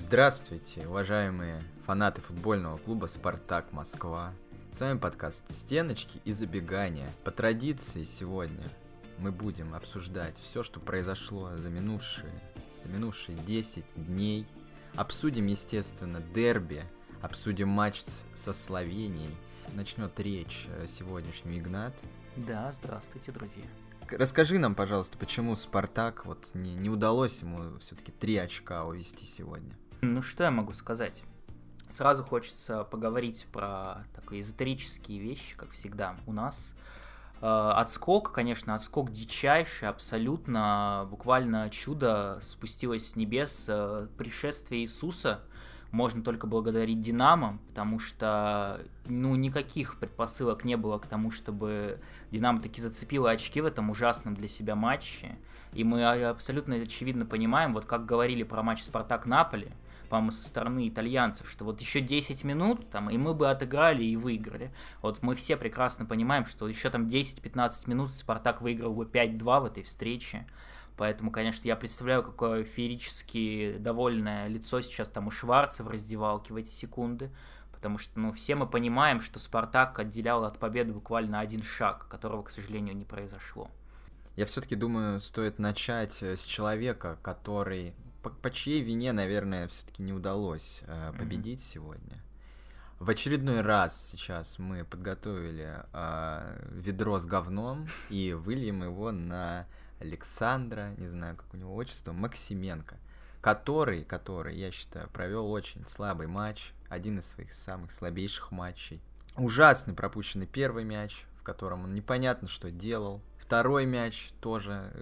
Здравствуйте, уважаемые фанаты футбольного клуба «Спартак Москва». С вами подкаст «Стеночки и забегания». По традиции сегодня мы будем обсуждать все, что произошло за минувшие 10 дней. Обсудим, естественно, дерби, обсудим матч со Словенией. Начнет речь сегодняшний Игнат. Да, здравствуйте, друзья. Расскажи нам, пожалуйста, почему Спартак не удалось ему все-таки 3 очка увести сегодня? Ну, что я могу сказать? Сразу хочется поговорить про такие эзотерические вещи, как всегда у нас. Отскок дичайший, абсолютно, буквально чудо спустилось с небес, пришествие Иисуса. Можно только благодарить Динамо, потому что, никаких предпосылок не было к тому, чтобы Динамо таки зацепило очки в этом ужасном для себя матче. И мы абсолютно очевидно понимаем, вот как говорили про матч Спартак-Наполи, по-моему, со стороны итальянцев, что вот еще 10 минут, и мы бы отыграли и выиграли. Вот мы все прекрасно понимаем, что еще там 10-15 минут Спартак выиграл бы 5-2 в этой встрече. Поэтому, конечно, я представляю, какое феерически довольное лицо сейчас там у Шварца в раздевалке в эти секунды. Потому что, все мы понимаем, что Спартак отделял от победы буквально один шаг, которого, к сожалению, не произошло. Я все-таки думаю, стоит начать с человека, который, по чьей вине, наверное, все-таки не удалось победить сегодня. В очередной раз сейчас мы подготовили ведро с говном и выльем его на Александра, не знаю, как у него отчество, Максименко, который, я считаю, провел очень слабый матч, один из своих самых слабейших матчей. Ужасный пропущенный первый мяч, в котором он непонятно что делал. Второй мяч тоже,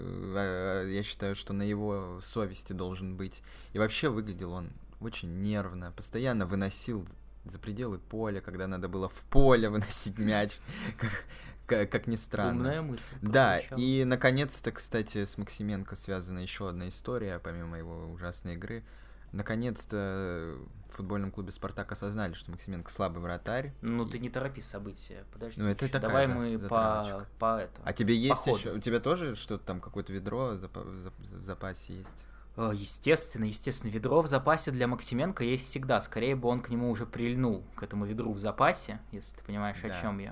я считаю, что на его совести должен быть. И вообще выглядел он очень нервно, постоянно выносил за пределы поля, когда надо было в поле выносить мяч, как ни странно. Умная мысль. Да, и наконец-то, кстати, с Максименко связана еще одна история, помимо его ужасной игры. Наконец-то в футбольном клубе «Спартак» осознали, что Максименко слабый вратарь. Ты не торопи события, подожди. Это такая давай мы по этому. А тебе есть ходу. еще? У тебя тоже что-то там, какое-то ведро в запасе есть? Естественно, ведро в запасе для Максименко есть всегда. Скорее бы он к нему уже прильнул, к этому ведру в запасе, если ты понимаешь, Да. о чем я.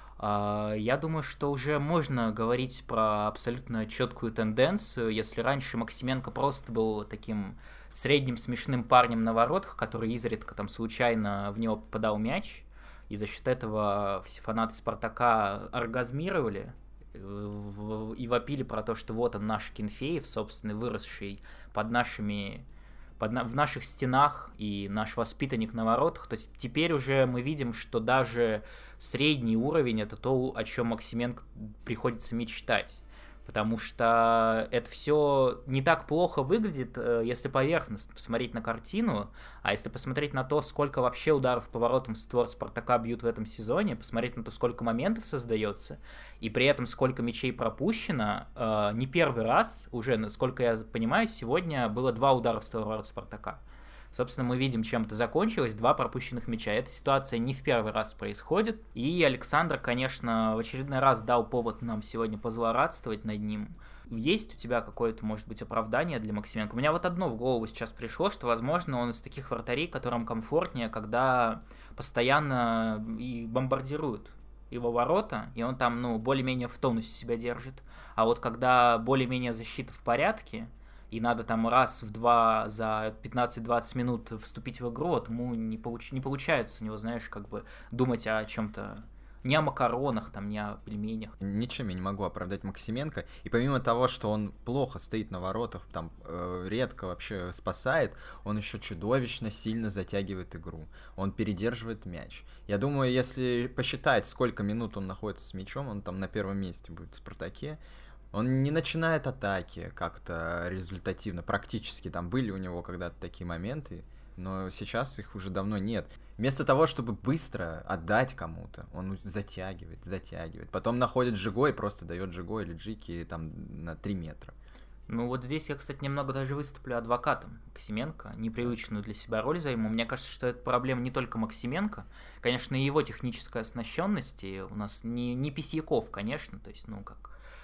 Я думаю, что уже можно говорить про абсолютно четкую тенденцию. Если раньше Максименко просто был таким средним смешным парнем на воротах, который изредка там случайно в него попадал мяч, и за счет этого все фанаты Спартака оргазмировали и вопили про то, что вот он наш Кенфеев, собственно, выросший в наших стенах и наш воспитанник на воротах, то теперь уже мы видим, что даже средний уровень — это то, о чем Максименко приходится мечтать. Потому что это все не так плохо выглядит, если поверхностно посмотреть на картину, а если посмотреть на то, сколько вообще ударов по воротам в створ Спартака бьют в этом сезоне, посмотреть на то, сколько моментов создается, и при этом сколько мячей пропущено, не первый раз уже, насколько я понимаю, сегодня было 2 удара в створ ворот Спартака. Собственно, мы видим, чем это закончилось, 2 пропущенных мяча. Эта ситуация не в первый раз происходит. И Александр, конечно, в очередной раз дал повод нам сегодня позлорадствовать над ним. Есть у тебя какое-то, может быть, оправдание для Максименко? У меня вот одно в голову сейчас пришло, что, возможно, он из таких вратарей, которым комфортнее, когда постоянно и бомбардируют его ворота, и он там, более-менее в тонусе себя держит. А вот когда более-менее защита в порядке, и надо там раз в 2 за 15-20 минут вступить в игру, вот ему не получается у него, знаешь, думать о чем-то, не о макаронах, там, не о пельменях. Ничем я не могу оправдать Максименко. И помимо того, что он плохо стоит на воротах, там редко вообще спасает, он еще чудовищно сильно затягивает игру. Он передерживает мяч. Я думаю, если посчитать, сколько минут он находится с мячом, он там на первом месте будет в «Спартаке». Он не начинает атаки как-то результативно, практически там были у него когда-то такие моменты, но сейчас их уже давно нет. Вместо того, чтобы быстро отдать кому-то, он затягивает. Потом находит Жиго и просто дает Жиго или Джики там на 3 метра. Вот здесь я, кстати, немного даже выступлю адвокатом Максименко, непривычную для себя роль займу. Мне кажется, что это проблема не только Максименко. Конечно, и его техническая оснащенность, и у нас не Письяков, конечно, то есть,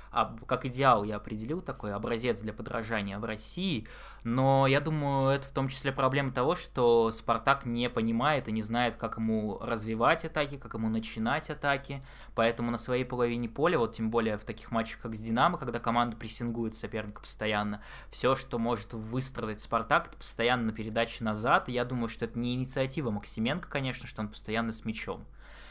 как идеал я определил такой образец для подражания в России, но я думаю, это в том числе проблема того, что Спартак не понимает и не знает, как ему развивать атаки, как ему начинать атаки, поэтому на своей половине поля, вот тем более в таких матчах, как с Динамо, когда команда прессингует соперника постоянно, все, что может выстрадать Спартак, это постоянно передачи назад, и я думаю, что это не инициатива Максименко, конечно, что он постоянно с мячом.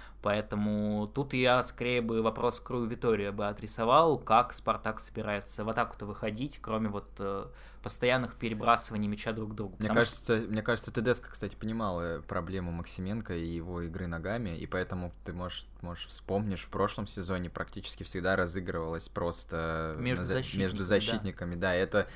Поэтому тут я скорее бы вопрос к Рую Виторию бы отрисовал, как Спартак собирается в атаку-то выходить, кроме вот постоянных перебрасываний мяча друг к другу. Мне кажется, Тедеско, кстати, понимал проблему Максименко и его игры ногами, и поэтому ты, может, вспомнишь, в прошлом сезоне практически всегда разыгрывалось просто между защитниками. Да, это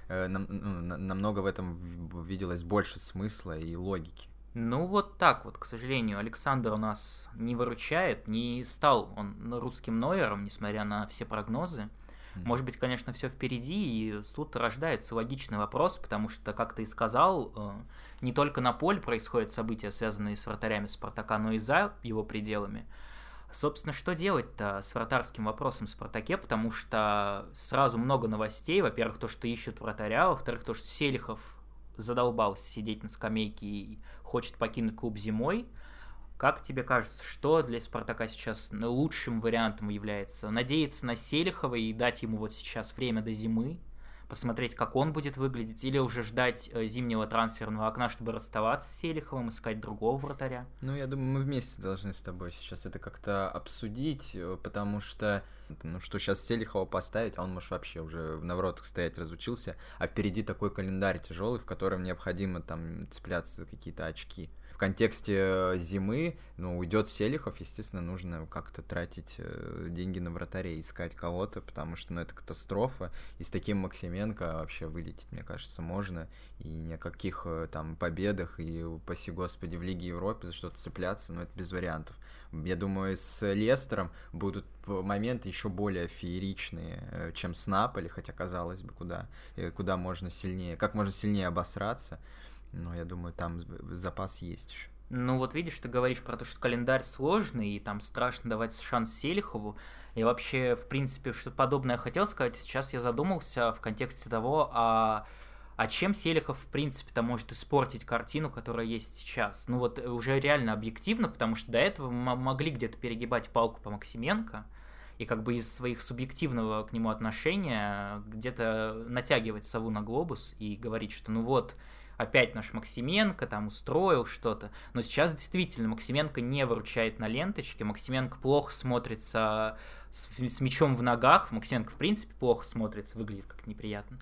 намного в этом виделось больше смысла и логики. Ну вот так вот, к сожалению, Александр у нас не выручает, не стал он русским Нойером, несмотря на все прогнозы. Может быть, конечно, все впереди, и тут рождается логичный вопрос, потому что, как ты и сказал, не только на поле происходят события, связанные с вратарями Спартака, но и за его пределами. Собственно, что делать-то с вратарским вопросом в Спартаке, потому что сразу много новостей. Во-первых, то, что ищут вратаря, во-вторых, то, что Селихов задолбался сидеть на скамейке и хочет покинуть клуб зимой. Как тебе кажется, что для Спартака сейчас лучшим вариантом является? Надеяться на Селихова и дать ему вот сейчас время до зимы, посмотреть, как он будет выглядеть, или уже ждать зимнего трансферного окна, чтобы расставаться с Селиховым, искать другого вратаря? Ну, я думаю, мы вместе должны с тобой сейчас это как-то обсудить, потому что, что сейчас Селихова поставить, а он, может, вообще уже на воротах стоять разучился, а впереди такой календарь тяжелый, в котором необходимо там цепляться за какие-то очки. В контексте зимы, уйдет Селихов, естественно, нужно как-то тратить деньги на вратарей, искать кого-то, потому что, это катастрофа, и с таким Максименко вообще вылететь, мне кажется, можно, и ни о каких там победах, и, упаси господи, в Лиге Европы за что-то цепляться, это без вариантов. Я думаю, с Лестером будут моменты еще более фееричные, чем с Наполи, хотя, казалось бы, куда можно сильнее, как можно сильнее обосраться. Но я думаю, там запас есть еще. Ну вот видишь, ты говоришь про то, что календарь сложный, и там страшно давать шанс Селихову. И вообще, в принципе, что-то подобное хотел сказать. Сейчас я задумался в контексте того, а чем Селихов, в принципе-то, может испортить картину, которая есть сейчас? Ну вот уже реально объективно, потому что до этого мы могли где-то перегибать палку по Максименко, и как бы из своих субъективного к нему отношения где-то натягивать сову на глобус и говорить, что опять наш Максименко там устроил что-то. Но сейчас действительно Максименко не выручает на ленточке. Максименко плохо смотрится с мячом в ногах. Максименко, в принципе, плохо смотрится, выглядит как неприятно.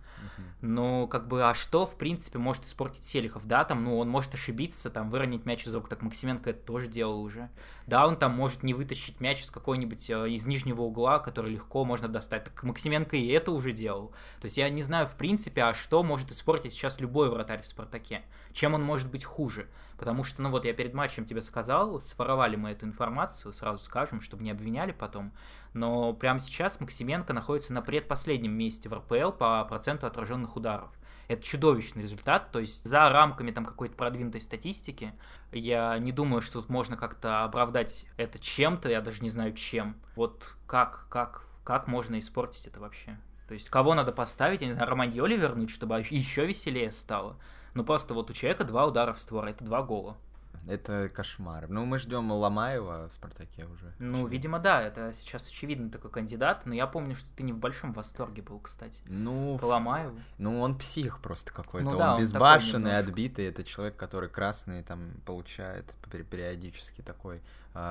Но а что, в принципе, может испортить Селихов? Да, там, он может ошибиться, там, выронить мяч из рук. Так Максименко это тоже делал уже. Да, он там может не вытащить мяч из какой-нибудь из нижнего угла, который легко можно достать. Так Максименко и это уже делал. То есть я не знаю, в принципе, а что может испортить сейчас любой вратарь в Спартаке? Чем он может быть хуже? Потому что, я перед матчем тебе сказал, своровали мы эту информацию, сразу скажем, чтобы не обвиняли потом. Но прямо сейчас Максименко находится на предпоследнем месте в РПЛ по проценту отраженных ударов. Это чудовищный результат, то есть за рамками там какой-то продвинутой статистики я не думаю, что тут можно как-то оправдать это чем-то, я даже не знаю чем. Вот как можно испортить это вообще? То есть кого надо поставить, я не знаю, Романьоли вернуть, чтобы еще веселее стало? Просто у человека 2 удара в створ, это 2 гола. Это кошмар. Мы ждем Ломаева в «Спартаке» уже. Видимо, да, это сейчас очевидный такой кандидат, но я помню, что ты не в большом восторге был, кстати. По Ломаеву. Он псих просто какой-то. Да, он безбашенный, отбитый. Это человек, который красный там получает периодически такой.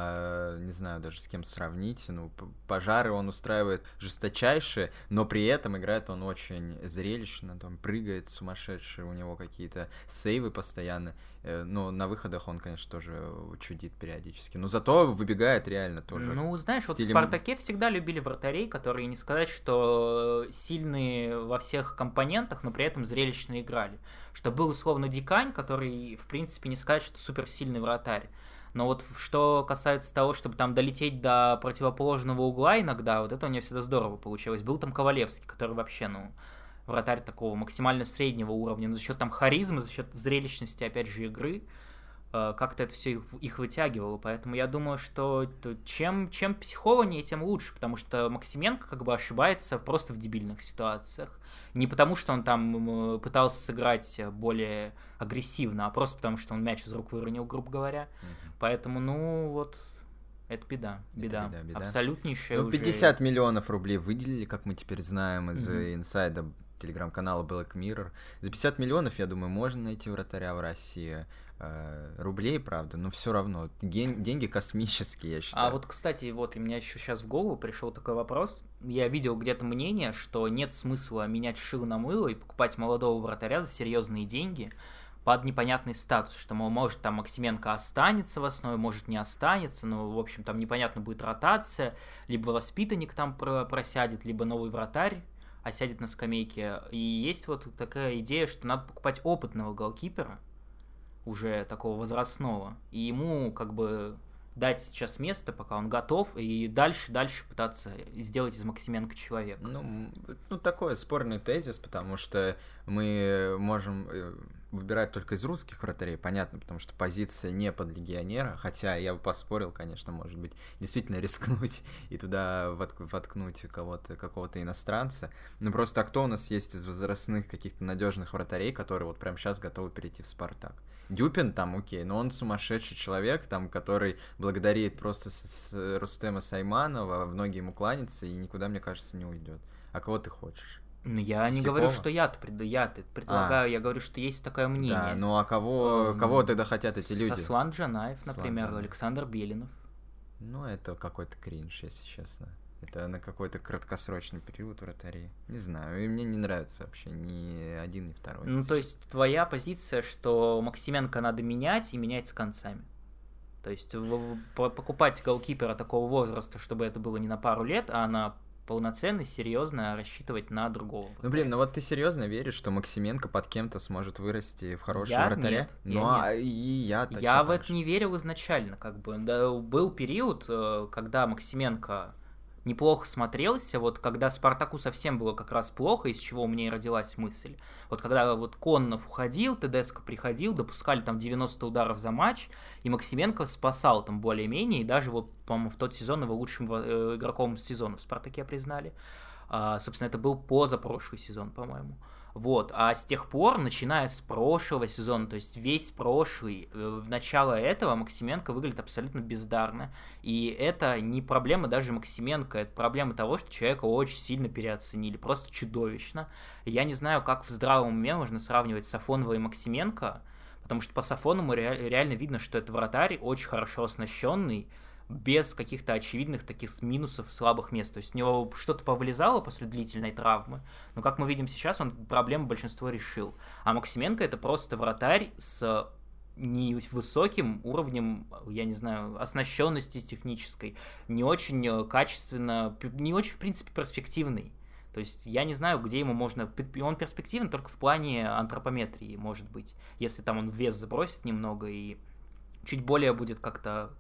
Не знаю даже с кем сравнить. Пожары он устраивает жесточайшие, но при этом играет он очень зрелищно, там прыгает сумасшедшие, у него какие-то сейвы постоянно. Но на выходах он, конечно, тоже чудит периодически. Но зато выбегает реально тоже. Знаешь, в «Спартаке» всегда любили вратарей, которые, не сказать, что сильные во всех компонентах, но при этом зрелищно играли. Что был условно Дикань, который, в принципе, не сказать, что суперсильный вратарь. Но что касается того, чтобы там долететь до противоположного угла иногда, это у него всегда здорово получилось. Был там Ковалевский, который вообще, вратарь такого максимально среднего уровня, но за счет там харизмы, за счет зрелищности, опять же, игры, как-то это все их вытягивало. Поэтому я думаю, что чем психованнее, тем лучше, потому что Максименко как бы ошибается просто в дебильных ситуациях. Не потому, что он там пытался сыграть более агрессивно, а просто потому, что он мяч из рук выронил, грубо говоря. Поэтому, ну, вот, это беда. Беда. Абсолютнейшая. Ну, 50 миллионов рублей выделили, как мы теперь знаем, из инсайда телеграм-канала Black Mirror. За 50 миллионов, я думаю, можно найти вратаря в России. Рублей, правда, но все равно. Деньги космические, я считаю. А вот, кстати, вот у меня еще сейчас в голову пришел такой вопрос. Я видел где-то мнение, что нет смысла менять шило на мыло и покупать молодого вратаря за серьезные деньги под непонятный статус, что, мол, может, там Максименко останется в основе, может, не останется, но, в общем, там непонятно будет ротация, либо воспитанник там просядет, либо новый вратарь осядет на скамейке. И есть вот такая идея, что надо покупать опытного голкипера, уже такого возрастного, и ему как бы дать сейчас место, пока он готов, и дальше пытаться сделать из Максименко человека. Ну, такой спорный тезис, потому что мы можем выбирать только из русских вратарей, понятно, потому что позиция не под легионера, хотя я бы поспорил, конечно, может быть, действительно рискнуть и туда воткнуть какого-то иностранца, но просто кто у нас есть из возрастных каких-то надежных вратарей, которые вот прямо сейчас готовы перейти в Спартак? Дюпин там, окей, но он сумасшедший человек, там, который благодарит просто с Рустема Сайманова, в ноги ему кланяется и никуда, мне кажется, не уйдет. А кого ты хочешь? Ну, я не говорю, что я предлагаю, я говорю, что есть такое мнение. Да, ну а кого тогда хотят эти люди? Сослан Джанаев, например, Александр Белинов. Ну, это какой-то кринж, если честно. Это на какой-то краткосрочный период вратарей. Не знаю, и мне не нравится вообще ни один, ни второй. Ну, то есть твоя позиция, что Максименко надо менять и менять с концами. То есть покупать голкипера такого возраста, чтобы это было не на пару лет, а на полноценно, серьезно рассчитывать на другого. Ну, блин, ну вот ты серьезно веришь, что Максименко под кем-то сможет вырасти в хорошего вратаря? Нет, я в это не верил изначально, как бы. Да, был период, когда Максименко неплохо смотрелся, вот когда Спартаку совсем было как раз плохо, из чего у меня и родилась мысль. Вот когда вот Коннов уходил, Тедеско приходил, допускали там 90 ударов за матч, и Максименко спасал там более-менее, и даже вот, по-моему, в тот сезон его лучшим игроком сезона в Спартаке признали. Собственно, это был позапрошлый сезон, по-моему. Вот, а с тех пор, начиная с прошлого сезона, то есть весь прошлый, начало этого, Максименко выглядит абсолютно бездарно. И это не проблема даже Максименко, это проблема того, что человека очень сильно переоценили, просто чудовищно. И я не знаю, как в здравом уме можно сравнивать Сафонова и Максименко, потому что по Сафонову реально видно, что это вратарь очень хорошо оснащенный, без каких-то очевидных таких минусов, слабых мест. То есть у него что-то повылезало после длительной травмы, но, как мы видим сейчас, он проблему большинство решил. А Максименко — это просто вратарь с невысоким уровнем, я не знаю, оснащенности технической, не очень качественно, не очень, в принципе, перспективный. То есть я не знаю, где ему можно... Он перспективен только в плане антропометрии, может быть. Если там он вес забросит немного и чуть более будет как-то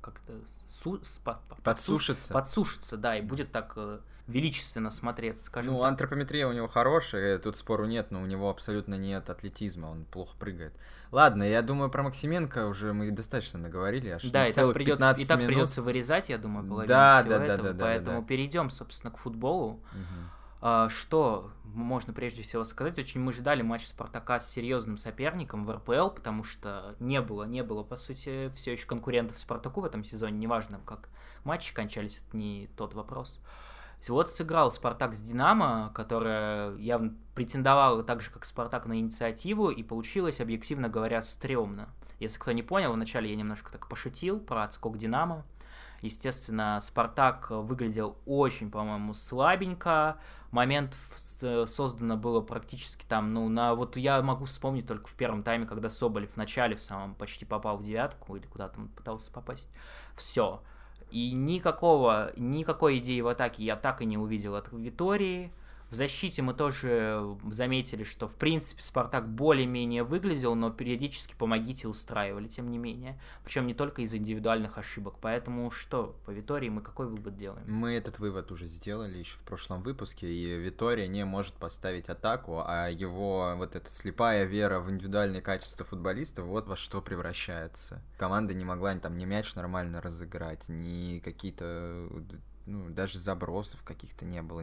подсушиться, да, и будет так величественно смотреться, скажем так. Антропометрия у него хорошая, тут спору нет, но у него абсолютно нет атлетизма, он плохо прыгает. Ладно, я думаю, про Максименко уже мы достаточно наговорили, аж да, и так придется вырезать, я думаю, половину всего этого, поэтому перейдем, собственно, к футболу. Что можно прежде всего сказать? Очень мы ждали матч Спартака с серьезным соперником в РПЛ, потому что не было, по сути, все еще конкурентов Спартаку в этом сезоне, неважно, как матчи кончались, это не тот вопрос. Вот сыграл Спартак с Динамо, которая явно претендовала так же, как Спартак, на инициативу, и получилось, объективно говоря, стрёмно. Если кто не понял, вначале я немножко так пошутил про отскок Динамо. Естественно, Спартак выглядел очень, по-моему, слабенько. Момент создано было практически там, вот я могу вспомнить только в первом тайме, когда Соболев в начале в самом почти попал в девятку или куда-то он пытался попасть. Все. И никакой идеи в атаке я так и не увидел от Витории. В защите мы тоже заметили, что, в принципе, Спартак более-менее выглядел, но периодически помогите устраивали, тем не менее. Причем не только из индивидуальных ошибок. Поэтому что, по Витории мы какой вывод делаем? Мы этот вывод уже сделали еще в прошлом выпуске, и Витория не может поставить атаку, а его вот эта слепая вера в индивидуальные качества футболистов вот во что превращается. Команда не могла там ни мяч нормально разыграть, ни какие-то... даже забросов каких-то не было.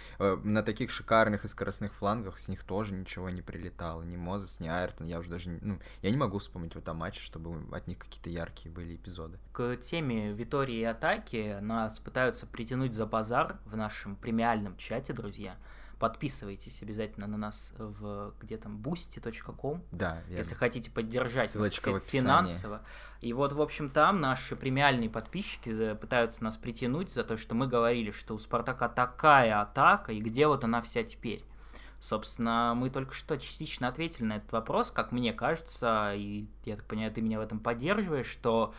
На таких шикарных и скоростных флангах с них тоже ничего не прилетало. Ни Мозес, ни Айртон. Я уже даже... я не могу вспомнить в этом матче, чтобы от них какие-то яркие были эпизоды. К теме Витории и атаки нас пытаются притянуть за базар в нашем премиальном чате, друзья. Подписывайтесь обязательно на нас где там boosty.com, да, если хотите поддержать ссылочка нас финансово. И вот, в общем, там наши премиальные подписчики пытаются нас притянуть за то, что мы говорили, что у Спартака такая атака, и где вот она вся теперь. Собственно, мы только что частично ответили на этот вопрос, как мне кажется, и я так понимаю, ты меня в этом поддерживаешь, что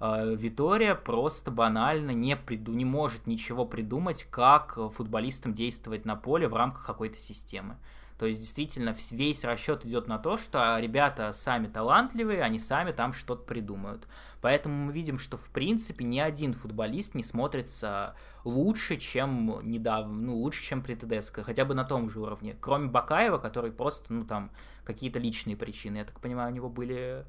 Витория просто банально не может ничего придумать, как футболистам действовать на поле в рамках какой-то системы. То есть, действительно, весь расчет идет на то, что ребята сами талантливые, они сами там что-то придумают. Поэтому мы видим, что, в принципе, ни один футболист не смотрится лучше, чем недавно, лучше, чем при ТДСК, хотя бы на том же уровне. Кроме Бакаева, который просто, там, какие-то личные причины, я так понимаю, у него были...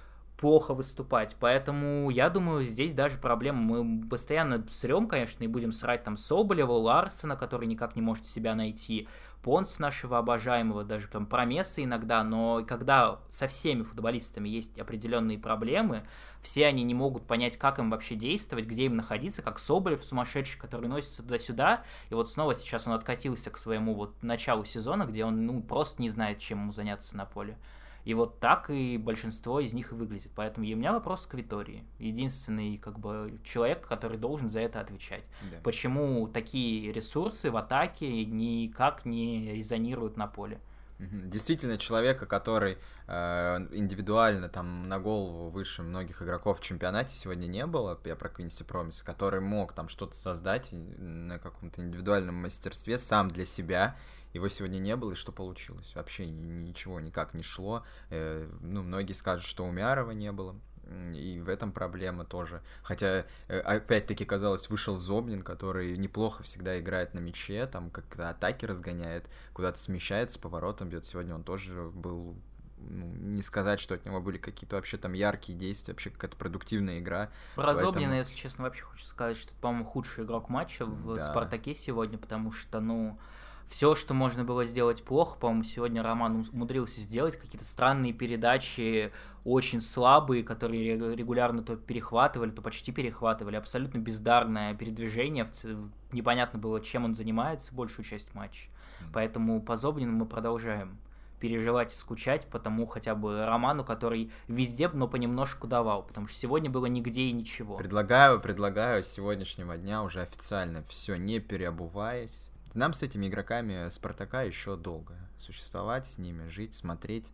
плохо выступать, поэтому я думаю, здесь даже проблема, мы постоянно срем, конечно, и будем срать там Соболева, Ларсена, который никак не может себя найти, Понса нашего обожаемого, даже там Промеса иногда, но когда со всеми футболистами есть определенные проблемы, все они не могут понять, как им вообще действовать, где им находиться, как Соболев сумасшедший, который носится туда-сюда, и вот снова сейчас он откатился к своему вот началу сезона, где он просто не знает, чем ему заняться на поле. И вот так и большинство из них и выглядит. Поэтому у меня вопрос к Витории. Единственный человек, который должен за это отвечать. Да. Почему такие ресурсы в атаке никак не резонируют на поле? Действительно, человека, который индивидуально там на голову выше многих игроков в чемпионате сегодня не было, я про Квинси Промиса, который мог там что-то создать на каком-то индивидуальном мастерстве сам для себя. Его сегодня не было, и что получилось? Вообще ничего никак не шло. Многие скажут, что у Мярова не было. И в этом проблема тоже. Хотя, опять-таки, казалось, вышел Зобнин, который неплохо всегда играет на мяче, там как-то атаки разгоняет, куда-то смещается, поворотом бьет. Сегодня он тоже был... не сказать, что от него были какие-то вообще там яркие действия, вообще какая-то продуктивная игра. Про Зобнина, если честно, вообще хочется сказать, что это, по-моему, худший игрок матча в Спартаке сегодня, потому что, все, что можно было сделать плохо, по-моему, сегодня Роман умудрился сделать. Какие-то странные передачи, очень слабые, которые регулярно то перехватывали, то почти перехватывали. Абсолютно бездарное передвижение. Непонятно было, чем он занимается большую часть матча. Поэтому по Зобнину мы продолжаем переживать и скучать по тому хотя бы Роману, который везде, но понемножку давал. Потому что сегодня было нигде и ничего. Предлагаю с сегодняшнего дня уже официально все, не переобуваясь. Нам с этими игроками Спартака еще долго существовать, с ними жить, смотреть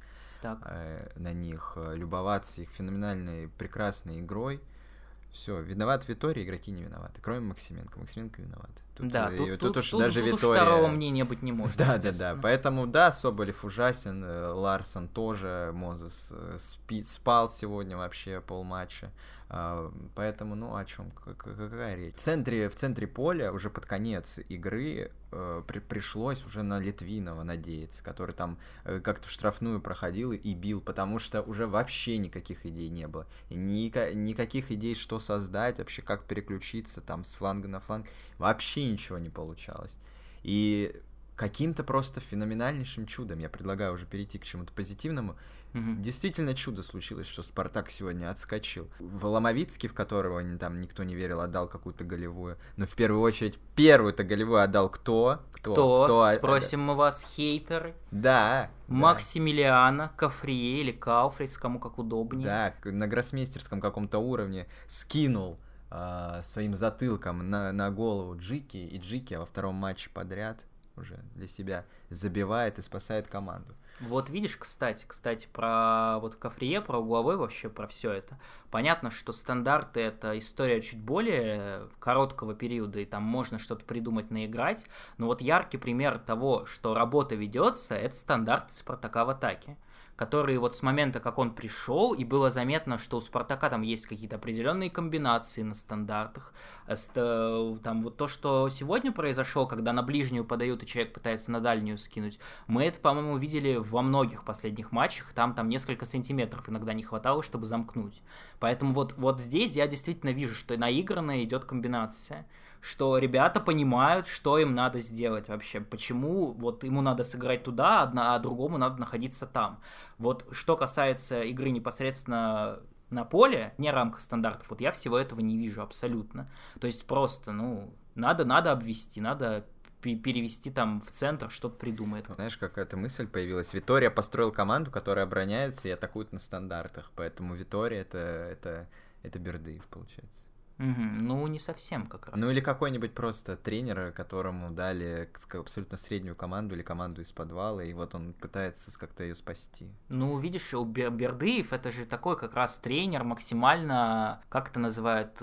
на них, любоваться их феноменальной, прекрасной игрой. Все, виноват Витория, игроки не виноваты, кроме Максименко. Максименко виноват. Тут уж даже Витория... второго мнения быть не может. Да. Поэтому, Соболев ужасен, Ларсон тоже, Мозес спал сегодня вообще полматча. Поэтому, о чем, какая речь? В центре поля уже под конец игры пришлось уже на Литвинова надеяться, который там как-то в штрафную проходил и бил, потому что уже вообще никаких идей не было. И никаких идей, что создать, вообще как переключиться там с фланга на фланг. Вообще ничего не получалось. И каким-то просто феноменальнейшим чудом, я предлагаю уже перейти к чему-то позитивному, действительно чудо случилось, что Спартак сегодня отскочил. Ломовицкий, в которого там никто не верил, отдал какую-то голевую. Но в первую очередь первую-то голевую отдал кто? Спросим мы вас, хейтеры. Да. Максимилиана, Кафрие или Кауфриц, кому как удобнее. Да, на гроссмейстерском каком-то уровне скинул своим затылком на голову Джики, и Джики во втором матче подряд уже для себя забивает и спасает команду. Вот видишь, кстати, про вот Кафрие, про угловой вообще, про все это. Понятно, что стандарты — это история чуть более короткого периода, и там можно что-то придумать, наиграть, но вот яркий пример того, что работа ведется, это стандарты Спартака в атаке, который вот с момента, как он пришел, и было заметно, что у Спартака там есть какие-то определенные комбинации на стандартах. Там вот то, что сегодня произошло, когда на ближнюю подают, и человек пытается на дальнюю скинуть, мы это, по-моему, видели во многих последних матчах, там несколько сантиметров иногда не хватало, чтобы замкнуть. Поэтому вот здесь я действительно вижу, что наигранная идет комбинация, что ребята понимают, что им надо сделать вообще, почему вот ему надо сыграть туда, а другому надо находиться там. Вот что касается игры непосредственно на поле, не в рамках стандартов, вот я всего этого не вижу абсолютно. То есть просто, надо обвести, надо перевести там в центр, что-то придумает. Знаешь, какая-то мысль появилась. Витория построил команду, которая обороняется и атакует на стандартах, поэтому Витория это Бердыев, получается. Ну, не совсем как раз. Ну, или какой-нибудь просто тренер, которому дали абсолютно среднюю команду или команду из подвала, и вот он пытается как-то ее спасти. Ну, видишь, у Бердыев это же такой как раз тренер максимально, как это называют,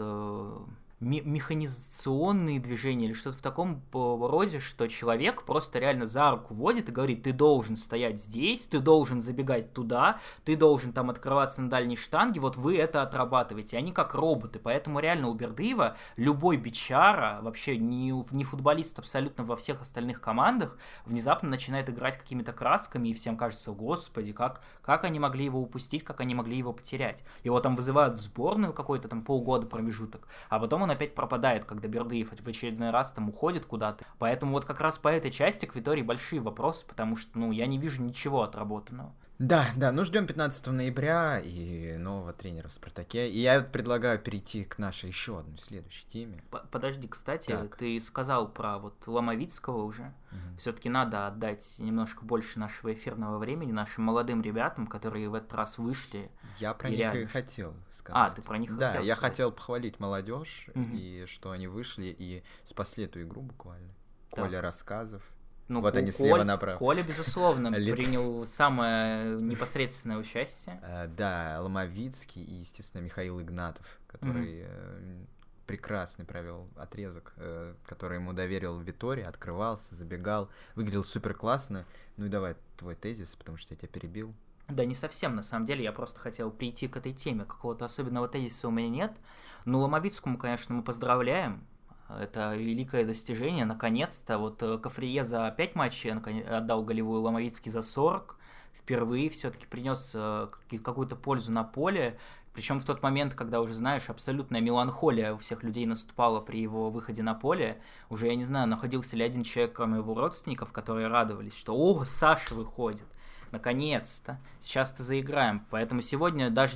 механизационные движения или что-то в таком роде, что человек просто реально за руку водит и говорит: ты должен стоять здесь, ты должен забегать туда, ты должен там открываться на дальней штанге, вот вы это отрабатываете. Они как роботы, поэтому реально у Бердыева любой бичара, вообще не футболист абсолютно во всех остальных командах, внезапно начинает играть какими-то красками, и всем кажется: господи, как они могли его упустить, как они могли его потерять. Его там вызывают в сборную какой-то там полгода промежуток, а потом он опять пропадает, когда Бердыев в очередной раз там уходит куда-то. Поэтому вот как раз по этой части к Витории большие вопросы, потому что, я не вижу ничего отработанного. Да, ждем 15 ноября и нового тренера в «Спартаке». И я предлагаю перейти к нашей еще одной следующей теме. Подожди, кстати, ты сказал про вот Ломовицкого уже. Все-таки надо отдать немножко больше нашего эфирного времени нашим молодым ребятам, которые в этот раз вышли. Я про них и хотел сказать. Ты про них хотел сказать. Да, я хотел похвалить молодежь, и что они вышли и спасли эту игру буквально. Коля Рассказов. Вот они слева направо. Коля, безусловно, принял самое непосредственное участие. Да, Ломовицкий и, естественно, Михаил Игнатов, который прекрасный провел отрезок, который ему доверил Витория, открывался, забегал, выглядел супер классно. Ну и давай твой тезис, потому что я тебя перебил. Да не совсем, на самом деле, я просто хотел прийти к этой теме. Какого-то особенного тезиса у меня нет. Но Ломовицкому, конечно, мы поздравляем. Это великое достижение, наконец-то. Вот Кафрие за 5 матчей отдал голевую, Ломовицкий за 40. Впервые все-таки принес какую-то пользу на поле. Причем в тот момент, когда уже, знаешь, абсолютная меланхолия у всех людей наступала при его выходе на поле. Уже, я не знаю, находился ли один человек, кроме его родственников, которые радовались, что «О, Саша выходит! Наконец-то! Сейчас-то заиграем». Поэтому сегодня, даже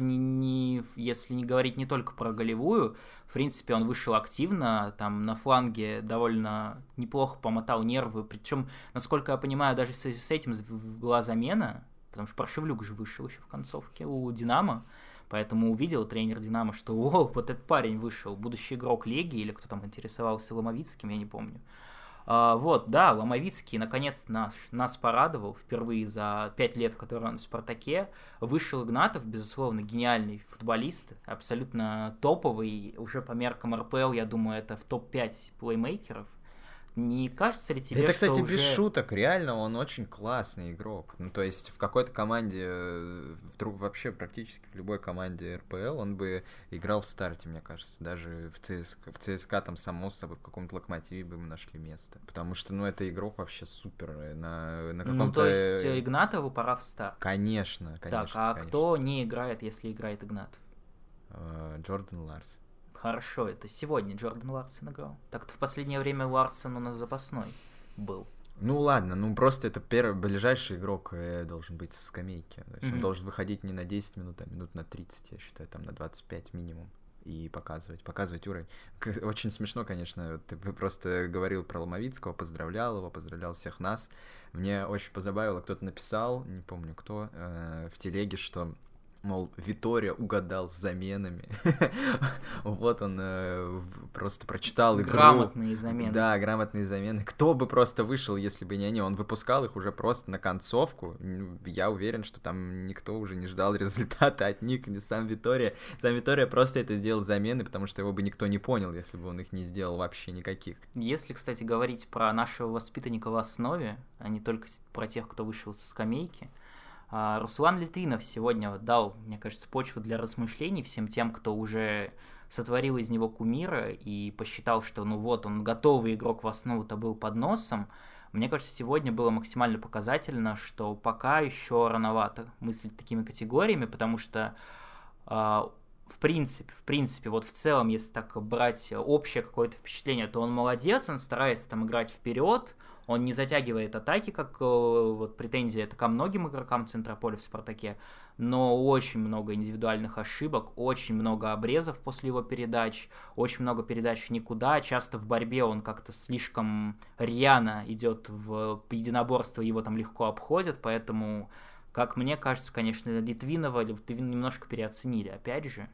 если не говорить не только про голевую, в принципе, он вышел активно, там на фланге довольно неплохо помотал нервы. Причем, насколько я понимаю, даже с этим была замена, потому что Паршевлюк же вышел еще в концовке у «Динамо». Поэтому увидел тренер «Динамо», что вот этот парень вышел, будущий игрок Легии, или кто там интересовался Ломовицким, я не помню. Ломовицкий наконец нас порадовал впервые за 5 лет, в которые он в «Спартаке». Вышел Игнатов, безусловно, гениальный футболист, абсолютно топовый, уже по меркам РПЛ, я думаю, это в топ-5 плеймейкеров. Не кажется ли тебе, это, кстати, что без уже... шуток, реально он очень классный игрок. Ну, то есть в какой-то команде, вообще практически в любой команде РПЛ он бы играл в старте, мне кажется. Даже в ЦСКА там, само собой, в каком-то Локомотиве бы мы нашли место. Потому что, это игрок вообще супер. На каком-то... то есть Игнатову пора в старт. Конечно. Так, конечно. Кто не играет, если играет Игнатов? Джордан Ларсон. Хорошо, это сегодня Джордан Ларсон играл. Так-то в последнее время Ларсон у нас запасной был. Ну ладно, просто это ближайший игрок должен быть со скамейки. То есть он должен выходить не на 10 минут, а минут на 30, я считаю, там на 25 минимум. И показывать уровень. Очень смешно, конечно, ты просто говорил про Ломовицкого, поздравлял всех нас. Мне очень позабавило, кто-то написал, не помню кто, в телеге, что мол, Витория угадал с заменами. Вот он просто прочитал игру. Грамотные замены. Да, грамотные замены. Кто бы просто вышел, если бы не они? Он выпускал их уже просто на концовку. Я уверен, что там никто уже не ждал результата от них, ни сам Витория. Сам Витория просто это сделал замены, потому что его бы никто не понял, если бы он их не сделал вообще никаких. Если, кстати, говорить про нашего воспитанника в основе, а не только про тех, кто вышел со скамейки, Руслан Литвинов сегодня дал, мне кажется, почву для размышлений всем тем, кто уже сотворил из него кумира и посчитал, что ну вот, он готовый игрок в основу-то был под носом. Мне кажется, сегодня было максимально показательно, что пока еще рановато мыслить такими категориями, потому что в принципе, вот в целом, если так брать общее какое-то впечатление, то он молодец, он старается там играть вперед, он не затягивает атаки, как вот претензия это ко многим игрокам центра поля в «Спартаке», но очень много индивидуальных ошибок, очень много обрезов после его передач, очень много передач в никуда, часто в борьбе он как-то слишком рьяно идет в единоборство, его там легко обходят, поэтому, как мне кажется, конечно, Литвинова немножко переоценили, опять же.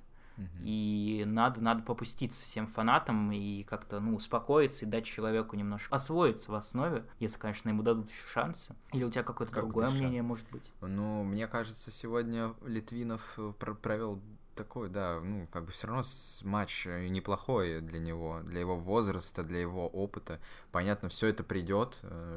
И надо попуститься всем фанатам и как-то, успокоиться и дать человеку немножко освоиться в основе, если, конечно, ему дадут еще шансы. Или у тебя какое-то другое мнение, может быть? Ну, мне кажется, сегодня Литвинов провел такой, да, как бы все равно матч неплохой для него, для его возраста, для его опыта. Понятно, все это придет.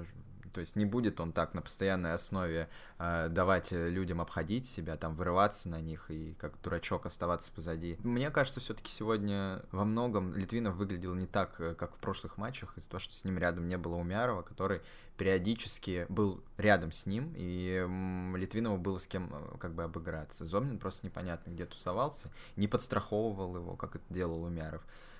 То есть не будет он так на постоянной основе давать людям обходить себя, там вырываться на них и как дурачок оставаться позади. Мне кажется, все-таки сегодня во многом Литвинов выглядел не так, как в прошлых матчах, из-за того, что с ним рядом не было Умярова, который периодически был рядом с ним, и Литвинову было с кем как бы обыграться. Зобнин просто непонятно где тусовался, не подстраховывал его, как это делал Умяров.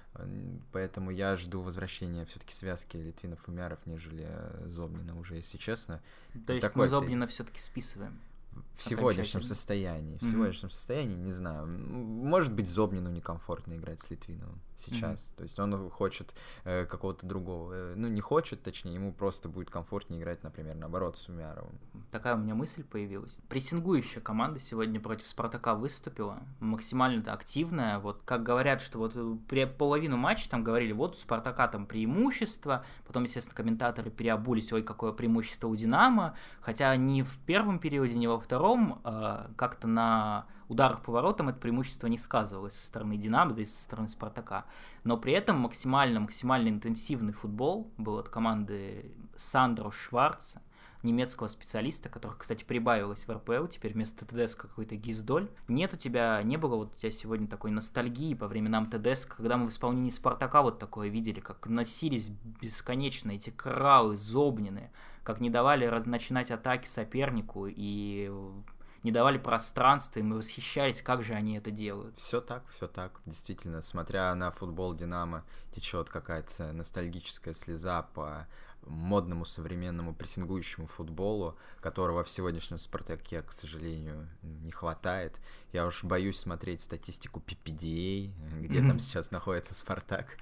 Поэтому я жду возвращения все-таки связки Литвинов-Умяров, нежели Зобнина уже, если честно. То есть мы Зобнина все-таки списываем? В сегодняшнем состоянии. В сегодняшнем состоянии, не знаю. Может быть, Зобнину некомфортно играть с Литвиновым сейчас. То есть он хочет какого-то другого. Не хочет, точнее, ему просто будет комфортнее играть, например, наоборот, с Умяровым. Такая у меня мысль появилась. Прессингующая команда сегодня против «Спартака» выступила. Максимально активная. Вот как говорят, что вот при половину матча там говорили, вот у «Спартака» там преимущество. Потом, естественно, комментаторы переобулись, ой, какое преимущество у «Динамо». Хотя ни в первом периоде, ни во втором как-то на ударах по воротам это преимущество не сказывалось со стороны «Динамо», да и со стороны «Спартака». Но при этом максимально интенсивный футбол был от команды Сандро Шварца, немецкого специалиста, которых, кстати, прибавилось в РПЛ, теперь вместо ТДСК какой-то Гиздоль. Не было вот у тебя сегодня такой ностальгии по временам ТДСК, когда мы в исполнении «Спартака» вот такое видели, как носились бесконечно эти кралы зобнины, как не давали начинать атаки сопернику и не давали пространства, и мы восхищались, как же они это делают. Все так. Действительно, смотря на футбол «Динамо», течет какая-то ностальгическая слеза по модному современному прессингующему футболу, которого в сегодняшнем «Спартаке», к сожалению, не хватает. Я уж боюсь смотреть статистику PPDA, где там сейчас находится «Спартак».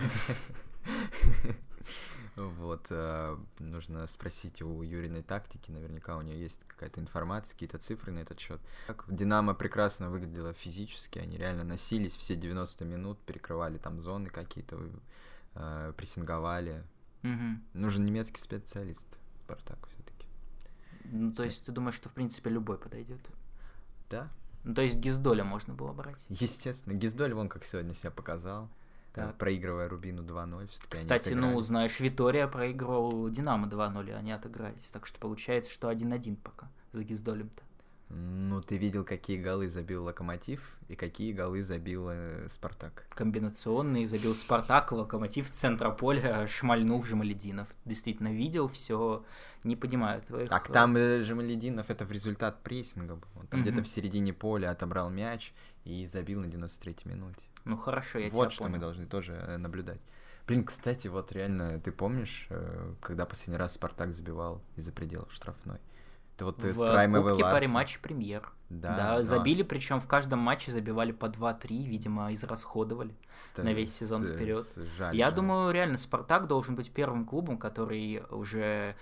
Вот, нужно спросить у Юриной тактики, наверняка у нее есть какая-то информация, какие-то цифры на этот счет. Как «Динамо» прекрасно выглядело физически, они реально носились все 90 минут, перекрывали там зоны какие-то, прессинговали. Нужен немецкий специалист, «Спартак» все-таки. То есть ты думаешь, что в принципе любой подойдет? Да. То есть Гиздоля можно было брать? Естественно, Гиздоль вон как сегодня себя показал. Так. Проигрывая Рубину 2-0. Кстати, знаешь, Витория проигрывал Динамо 2-0, и они отыгрались. Так что получается, что 1-1 пока за Гиздолем-то. Ты видел, какие голы забил Локомотив и какие голы забил Спартак. Комбинационные забил Спартак, Локомотив с центра поля шмальнул Жамалединов. Действительно видел, все не понимаю твоих... Так там Жамалединов это в результат прессинга был. Он там где-то в середине поля отобрал мяч и забил на 93-й минуте. Ну хорошо, я тебя понял. Вот что мы должны тоже наблюдать. Блин, кстати, вот реально, ты помнишь, когда последний раз Спартак забивал из-за пределов штрафной? Это вот в Кубке по рематчу Премьер. Да, забили, причем в каждом матче забивали по 2-3, видимо, израсходовали на весь сезон вперед. Я думаю, реально, Спартак должен быть первым клубом, который уже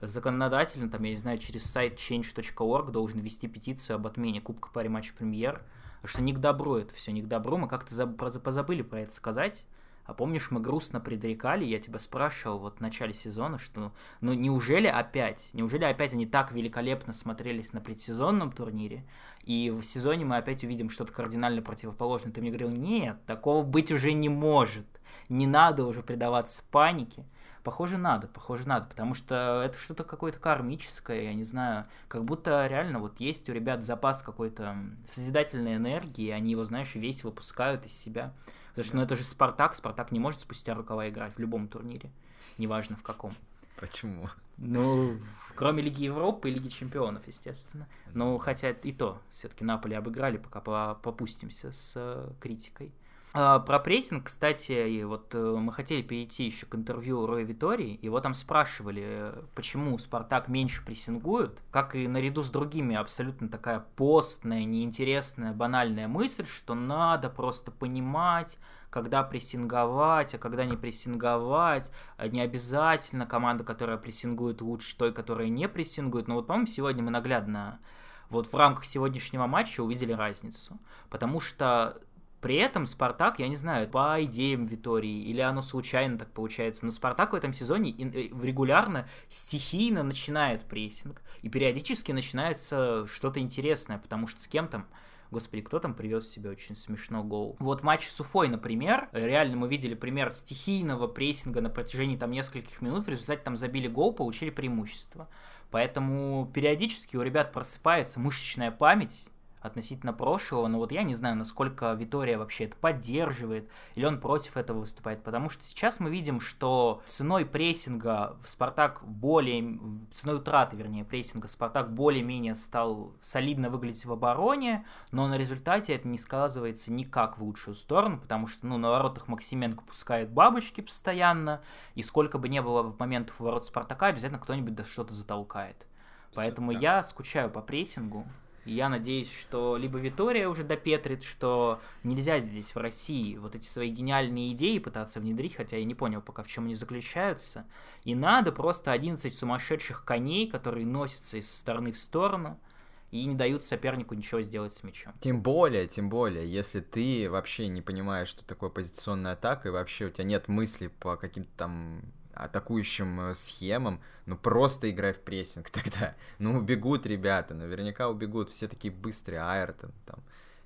законодательно, там, я не знаю, через сайт change.org должен ввести петицию об отмене Кубка по матч Премьер. Потому что не к добру это все, не к добру. Мы как-то позабыли про это сказать. А помнишь, мы грустно предрекали, я тебя спрашивал вот в начале сезона, что ну неужели опять они так великолепно смотрелись на предсезонном турнире, и в сезоне мы опять увидим что-то кардинально противоположное. Ты мне говорил, нет, такого быть уже не может, не надо уже предаваться панике. Похоже, надо, потому что это что-то какое-то кармическое, я не знаю, как будто реально вот есть у ребят запас какой-то созидательной энергии, и они его, знаешь, весь выпускают из себя. Потому что, ну, это же Спартак не может спустя рукава играть в любом турнире, неважно в каком. Почему? Ну, кроме Лиги Европы и Лиги Чемпионов, естественно. Но хотя и то, все-таки Наполи обыграли, пока попустимся с критикой. Про прессинг, кстати, вот мы хотели перейти еще к интервью Роя Витории, его там спрашивали, почему Спартак меньше прессингует, как и наряду с другими абсолютно такая постная, неинтересная, банальная мысль, что надо просто понимать, когда прессинговать, а когда не прессинговать, не обязательно команда, которая прессингует, лучше той, которая не прессингует, но вот, по-моему, сегодня мы наглядно вот в рамках сегодняшнего матча увидели разницу, потому что при этом Спартак, я не знаю, по идеям Витории, или оно случайно так получается, но Спартак в этом сезоне регулярно, стихийно начинает прессинг, и периодически начинается что-то интересное, потому что с кем там, господи, кто там привез себе очень смешно гол. Вот в матче с Уфой, например, реально мы видели пример стихийного прессинга на протяжении там нескольких минут, в результате там забили гол, получили преимущество. Поэтому периодически у ребят просыпается мышечная память относительно прошлого, но вот я не знаю, насколько Витория вообще это поддерживает, или он против этого выступает, потому что сейчас мы видим, что ценой прессинга ценой утраты, вернее, прессинга Спартак более-менее стал солидно выглядеть в обороне, но на результате это не сказывается никак в лучшую сторону, потому что, ну, на воротах Максименко пускает бабочки постоянно, и сколько бы ни было моментов у ворот Спартака, обязательно кто-нибудь что-то затолкает. Поэтому я скучаю по прессингу. Я надеюсь, что либо Витория уже допетрит, что нельзя здесь в России вот эти свои гениальные идеи пытаться внедрить, хотя я не понял пока, в чем они заключаются. И надо просто 11 сумасшедших коней, которые носятся из стороны в сторону и не дают сопернику ничего сделать с мячом. Тем более, если ты вообще не понимаешь, что такое позиционная атака, и вообще у тебя нет мысли по каким-то там атакующим схемам, ну просто играй в прессинг тогда. Ну убегут ребята, наверняка убегут, все такие быстрые, Айртон, там,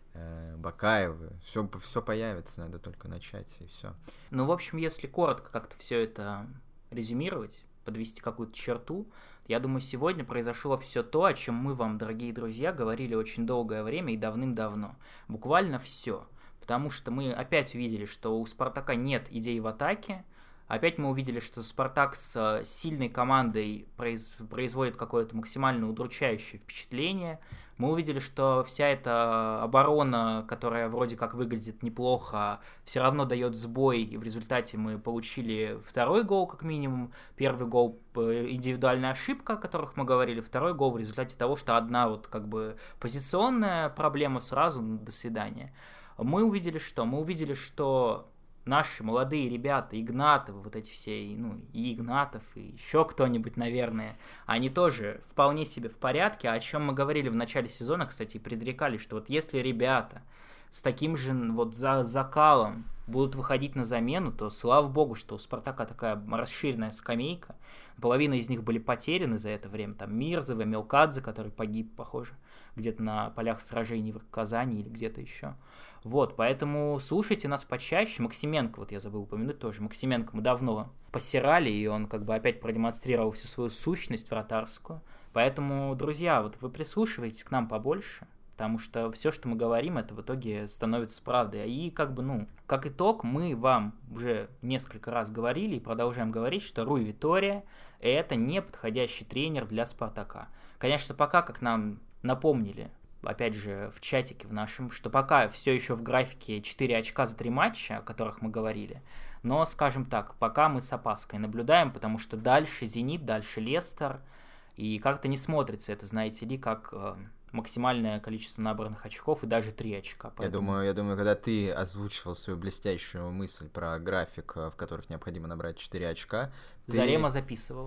Бакаевы, все появится, надо только начать, и все. Ну, в общем, если коротко как-то все это резюмировать, подвести какую-то черту, я думаю, сегодня произошло все то, о чем мы вам, дорогие друзья, говорили очень долгое время и давным-давно. Буквально все. Потому что мы опять увидели, что у Спартака нет идей в атаке. Опять мы увидели, что Спартак с сильной командой производит какое-то максимально удручающее впечатление. Мы увидели, что вся эта оборона, которая вроде как выглядит неплохо, все равно дает сбой, и в результате мы получили второй гол как минимум. Первый гол — индивидуальная ошибка, о которых мы говорили. Второй гол в результате того, что одна вот как бы позиционная проблема сразу, до свидания. Мы увидели что? Мы увидели, что наши молодые ребята, Игнатовы, вот эти все, ну, и Игнатов, и еще кто-нибудь, наверное, они тоже вполне себе в порядке, о чем мы говорили в начале сезона, кстати, и предрекали, что вот если ребята с таким же вот закалом будут выходить на замену, то слава богу, что у Спартака такая расширенная скамейка, половина из них были потеряны за это время, там Мирзова, Мелкадзе, который погиб, похоже, где-то на полях сражений в Казани или где-то еще. Вот, поэтому слушайте нас почаще. Максименко, вот я забыл упомянуть тоже, Максименко мы давно посирали, и он как бы опять продемонстрировал всю свою сущность вратарскую. Поэтому, друзья, вот вы прислушиваетесь к нам побольше, потому что все, что мы говорим, это в итоге становится правдой. И как бы, ну, как итог, мы вам уже несколько раз говорили и продолжаем говорить, что Руй Витория — это не подходящий тренер для Спартака. Конечно, пока, как нам напомнили, опять же, в чатике в нашем, что пока все еще в графике 4 очка за 3 матча, о которых мы говорили, но, скажем так, пока мы с опаской наблюдаем, потому что дальше Зенит, дальше Лестер, и как-то не смотрится это, знаете ли, как максимальное количество набранных очков и даже 3 очка. Поэтому... Я думаю, когда ты озвучивал свою блестящую мысль про график, в которых необходимо набрать 4 очка... Зарема записывала.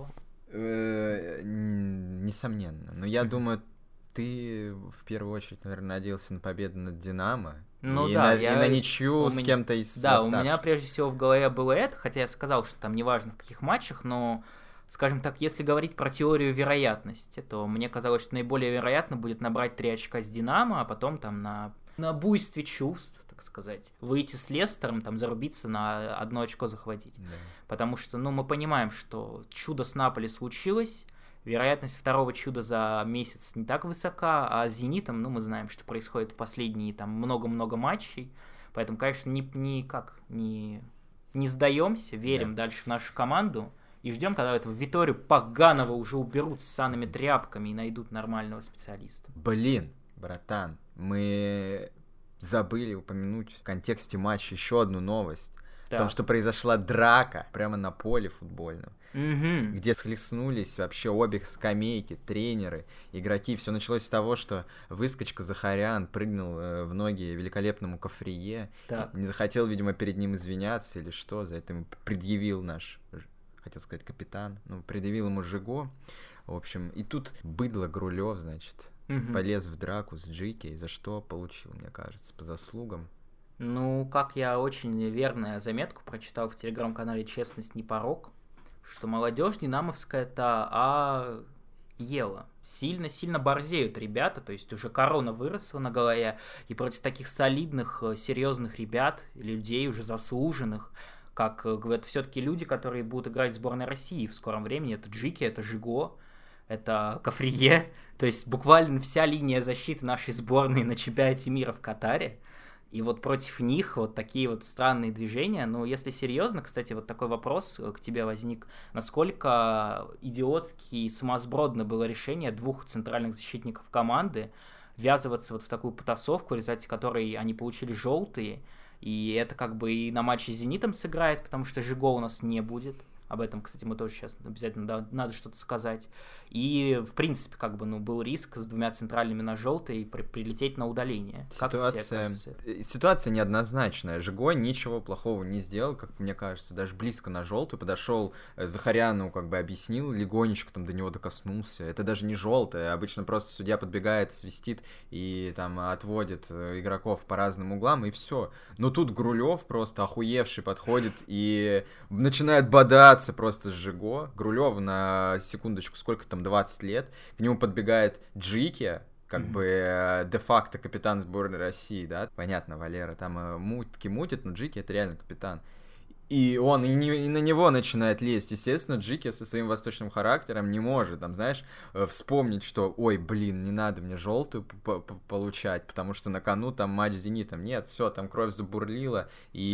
Несомненно. Но я думаю, ты в первую очередь, наверное, надеялся на победу над «Динамо». Ну и да, на ничью с кем-то из Да, у меня оставшихся. прежде всего в голове было это, хотя я сказал, что там неважно в каких матчах, но, скажем так, если говорить про теорию вероятности, то мне казалось, что наиболее вероятно будет набрать 3 очка с «Динамо», а потом там на буйстве чувств, так сказать, выйти с Лестером, там зарубиться на 1 очко захватить. Да. Потому что, ну, мы понимаем, что чудо с Наполи случилось, вероятность второго чуда за месяц не так высока, а с «Зенитом», ну, мы знаем, что происходит в последние там много-много матчей, поэтому, конечно, никак не сдаемся, верим дальше в нашу команду и ждем, когда этого Виторию поганого уже уберут с санными тряпками и найдут нормального специалиста. Блин, братан, мы забыли упомянуть в контексте матча еще одну новость. Да. О том, что произошла драка прямо на поле футбольном, Угу. где схлестнулись вообще обе скамейки, тренеры, игроки. Все началось с того, что выскочка Захарян прыгнул в ноги великолепному Кафрие. Так. Не захотел, видимо, перед ним извиняться или что. За это ему предъявил наш, хотел сказать, капитан. Ну, предъявил ему Жиго. В общем, и тут быдло Грулёв, значит, полез в драку с Джики, за что получил, мне кажется, по заслугам. Ну, как я очень верную заметку прочитал в телеграм-канале «Честность не порок», что молодежь динамовская-то ела. Сильно-сильно борзеют ребята, то есть уже корона выросла на голове, и против таких солидных, серьезных ребят, людей уже заслуженных, как говорят, все-таки люди, которые будут играть в сборной России в скором времени, это Джики, это Жиго, это Кафрие, то есть буквально вся линия защиты нашей сборной на чемпионате мира в Катаре. И вот против них вот такие вот странные движения. Ну, если серьезно, кстати, вот такой вопрос к тебе возник. Насколько идиотски и сумасбродно было решение 2 центральных защитников команды ввязываться вот в такую потасовку, в результате которой они получили желтые. И это как бы и на матче с «Зенитом» сыграет, потому что Жиго у нас не будет. Об этом, кстати, мы тоже сейчас обязательно надо что-то сказать. И, в принципе, как бы, был риск с 2 центральными на желтый прилететь на удаление. Ситуация неоднозначная. Жиго ничего плохого не сделал, как мне кажется, даже близко на желтую. Подошел Захаряну, как бы объяснил, легонечко там до него докоснулся. Это даже не желтое. Обычно просто судья подбегает, свистит и там отводит игроков по разным углам, и все. Но тут Грулёв просто охуевший подходит и начинает бодаться просто с Жиго. Грулёву на секундочку, сколько там, 20 лет. К нему подбегает Джики, как бы де-факто капитан сборной России, да. Понятно, Валера там мутит, но Джики это реально капитан. И он и на него начинает лезть. Естественно, Джики со своим восточным характером не может, там, знаешь, вспомнить, что, ой, блин, не надо мне желтую получать, потому что на кону там матч с «Зенитом». Нет, все, там кровь забурлила,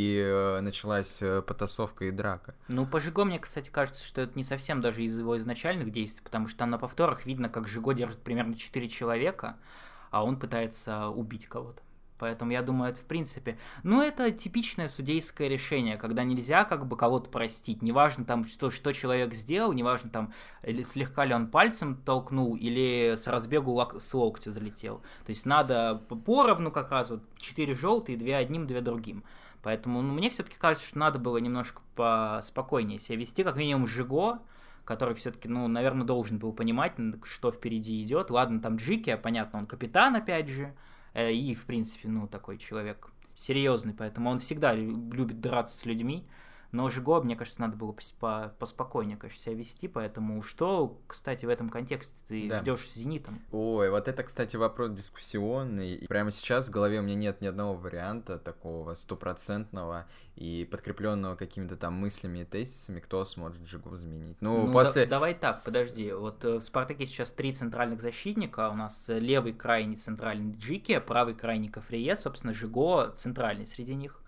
и началась потасовка и драка. Ну, по Жиго, мне, кстати, кажется, что это не совсем даже из его изначальных действий, потому что там на повторах видно, как Жиго держит примерно 4 человека, а он пытается убить кого-то. Поэтому я думаю, это в принципе... Ну, это типичное судейское решение, когда нельзя как бы кого-то простить. Неважно там, что человек сделал, неважно там, слегка ли он пальцем толкнул или с разбегу с локтя залетел. То есть надо поровну как раз, вот 4 желтые, 2 одним, 2 другим. Поэтому мне все-таки кажется, что надо было немножко поспокойнее себя вести, как минимум Жиго, который все-таки, наверное, должен был понимать, что впереди идет. Ладно, там Джики, понятно, он капитан, опять же, и, в принципе, такой человек серьезный, поэтому он всегда любит драться с людьми, но Жиго, мне кажется, надо было поспокойнее, конечно, себя вести, поэтому что, кстати, в этом контексте ты ждешь с «Зенитом»? Ой, вот это, кстати, вопрос дискуссионный, и прямо сейчас в голове у меня нет ни одного варианта такого стопроцентного и подкрепленного какими-то там мыслями и тезисами, кто сможет Жигу заменить. Давай так, подожди, вот в «Спартаке» сейчас 3 центральных защитника, у нас левый крайний центральный Джики, правый крайний Кафрие, собственно, Жиго центральный среди них.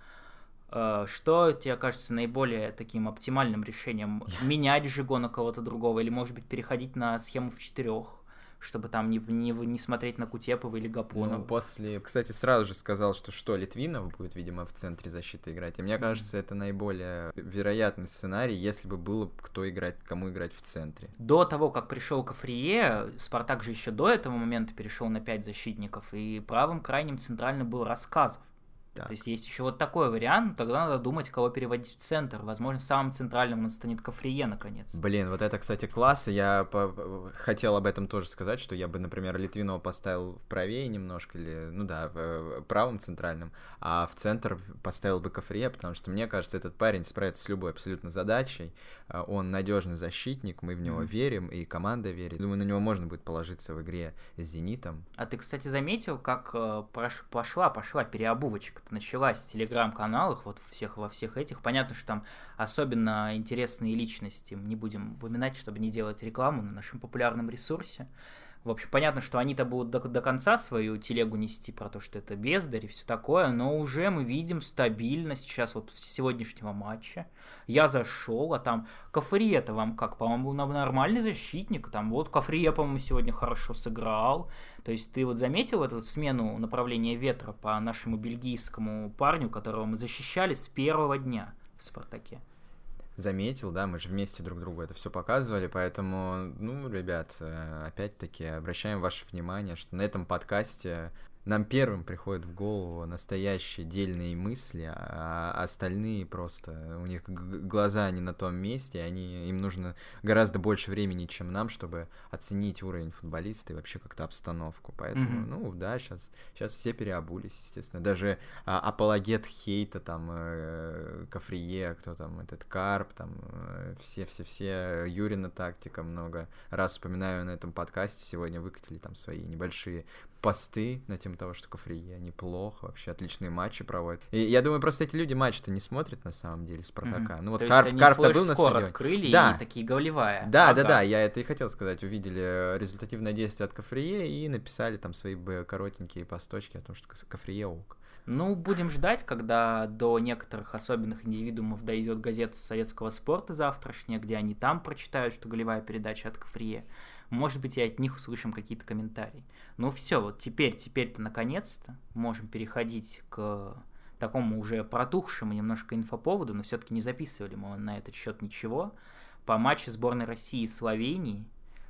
Что тебе кажется наиболее таким оптимальным решением? Менять Жиго на кого-то другого или, может быть, переходить на схему в 4, чтобы там не смотреть на Кутепова или Гапонова? Кстати, сразу же сказал, что Литвинов будет, видимо, в центре защиты играть. И мне кажется, это наиболее вероятный сценарий, если бы было кому играть в центре. До того, как пришел Кафрие, Спартак же еще до этого момента перешел на 5 защитников, и правым крайним центральным был Рассказов. Так. То есть есть еще вот такой вариант, тогда надо думать, кого переводить в центр. Возможно, самым центральным у нас станет Кафрие, наконец. Блин, вот это, кстати, класс. Я хотел об этом тоже сказать, что я бы, например, Литвинова поставил правее немножко, или, ну да, правым центральным, а в центр поставил бы Кафрие, потому что, мне кажется, этот парень справится с любой абсолютно задачей. Он надежный защитник, мы в него верим, и команда верит. Думаю, на него можно будет положиться в игре с «Зенитом». А ты, кстати, заметил, как пошла переобувочка-то началась в телеграм-каналах, вот во всех этих. Понятно, что там особенно интересные личности, не будем упоминать, чтобы не делать рекламу на нашем популярном ресурсе. В общем, понятно, что они-то будут до конца свою телегу нести про то, что это бездарь и все такое, но уже мы видим стабильно сейчас, вот после сегодняшнего матча. Я зашел, а там Кафрие-то вам как, по-моему, нормальный защитник, там вот Кафрие, по-моему, сегодня хорошо сыграл. То есть ты вот заметил эту смену направления ветра по нашему бельгийскому парню, которого мы защищали с первого дня в «Спартаке»? Заметил, да, мы же вместе друг другу это все показывали, поэтому, ну, ребят, опять-таки обращаем ваше внимание, что на этом подкасте нам первым приходят в голову настоящие дельные мысли, а остальные просто, у них глаза не на том месте, им нужно гораздо больше времени, чем нам, чтобы оценить уровень футболиста и вообще как-то обстановку. Поэтому, ну да, сейчас все переобулись, естественно. Даже апологет хейта, там, Кафрие, кто там, этот Карп, там, все, Юрина тактика много раз вспоминаю на этом подкасте, сегодня выкатили там свои небольшие посты на тему того, что Кафрие неплохо, вообще отличные матчи проводят. И я думаю, просто эти люди матч-то не смотрят на самом деле Спартака. Ну вот Карп-то был на стадионе. Открыли, да. И такие голевая. Да, я это и хотел сказать. Увидели результативное действие от Кафрие и написали там свои коротенькие посточки о том, что Кафрие ок. Ну, будем ждать, когда до некоторых особенных индивидуумов дойдет газета советского спорта завтрашняя, где они там прочитают, что голевая передача от Кафрие. Может быть, и от них услышим какие-то комментарии. Ну все, вот теперь-то наконец-то можем переходить к такому уже протухшему немножко инфоповоду, но все-таки не записывали мы на этот счет ничего. По матчу сборной России и Словении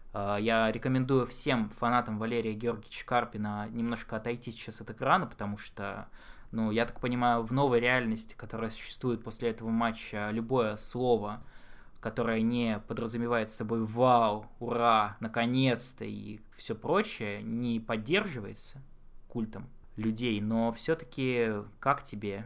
я рекомендую всем фанатам Валерия Георгиевича Карпина немножко отойти сейчас от экрана, потому что, ну, я так понимаю, в новой реальности, которая существует после этого матча, любое слово, которое не подразумевает собой «вау», «ура», «наконец-то» и все прочее, не поддерживается культом людей. Но все-таки как тебе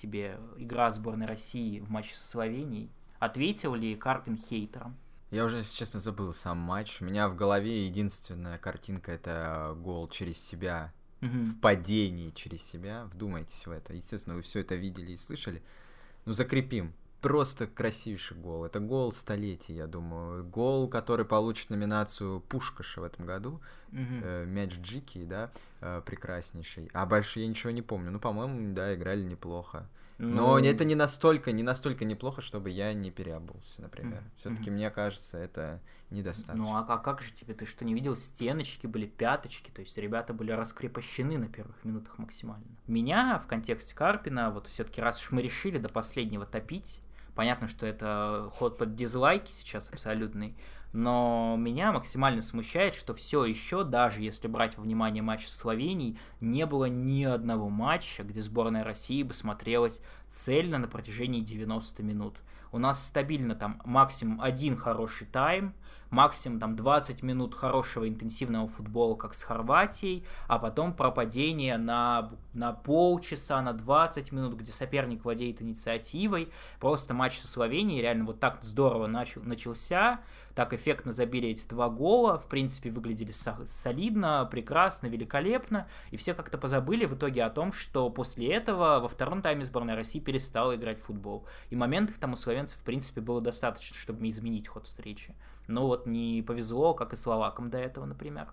игра сборной России в матче со Словенией? Ответил ли Карпин хейтерам? Я уже, если честно, забыл сам матч. У меня в голове единственная картинка — это гол через себя, в падении через себя. Вдумайтесь в это. Естественно, вы все это видели и слышали. Ну, закрепим. Просто красивейший гол. Это гол столетия, я думаю. Гол, который получит номинацию Пушкаша в этом году. Мяч Джики, да, прекраснейший. А больше я ничего не помню. Ну, по-моему, да, играли неплохо. Но это не настолько неплохо, чтобы я не переобулся, например. Все-таки, мне кажется, это недостаточно. Ну, а как же тебе? Ты что, не видел? Стеночки были, пяточки, то есть ребята были раскрепощены на первых минутах максимально. Меня в контексте Карпина, вот все-таки раз уж мы решили до последнего топить, понятно, что это ход под дизлайки сейчас абсолютный, но меня максимально смущает, что все еще, даже если брать во внимание матч со Словенией, не было ни одного матча, где сборная России бы смотрелась цельно на протяжении 90 минут. У нас стабильно там максимум один хороший тайм, максимум там 20 минут хорошего интенсивного футбола, как с Хорватией, а потом пропадение на полчаса, на 20 минут, где соперник владеет инициативой. Просто матч со Словенией реально вот так здорово начался, так эффектно забили эти 2 гола, в принципе, выглядели солидно, прекрасно, великолепно, и все как-то позабыли в итоге о том, что после этого во втором тайме сборная России перестала играть в футбол. И моментов там у словенцев, в принципе, было достаточно, чтобы изменить ход встречи. Но вот не повезло, как и словакам до этого, например.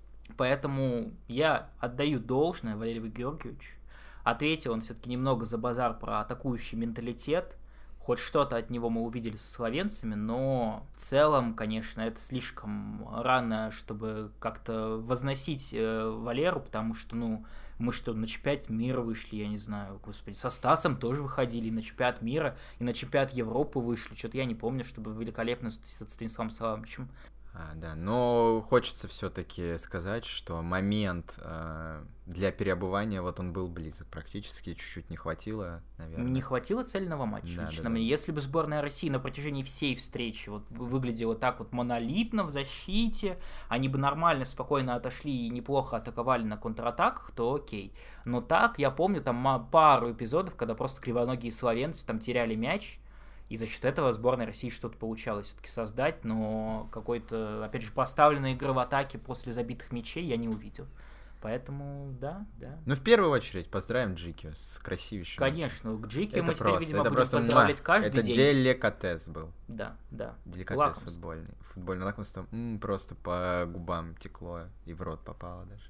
Поэтому я отдаю должное Валерию Георгиевичу. Ответил он все-таки немного за базар про атакующий менталитет. Хоть что-то от него мы увидели со словенцами, но в целом, конечно, это слишком рано, чтобы как-то возносить Валеру, потому что, ну, мы что, на чемпионат мира вышли, я не знаю, господи, со Стасом тоже выходили и на чемпионат мира, и на чемпионат Европы вышли, что-то я не помню, чтобы великолепно с Станиславом Саламовичем Да, но хочется все-таки сказать, что момент для переобувания, вот он был близок практически, чуть-чуть не хватило, наверное. Не хватило цельного матча, Да, лично да, мне. да. Если бы сборная России на протяжении всей встречи вот выглядела так вот монолитно в защите, они бы нормально, спокойно отошли и неплохо атаковали на контратаках, то окей. Но так, я помню там пару эпизодов, когда просто кривоногие словенцы там теряли мяч, и за счет этого сборной России что-то получалось все-таки создать, но какой-то, опять же, поставленной игры в атаке после забитых мячей я не увидел. Поэтому, да. Ну, в первую очередь, поздравим Джики с красивейшим Конечно, к Джики это мы теперь, просто, видимо, это будем просто поздравлять каждый это день. деликатес был. Да. Деликатес Лакомство. футбольный. Футбольное лакомство просто по губам текло и в рот попало даже.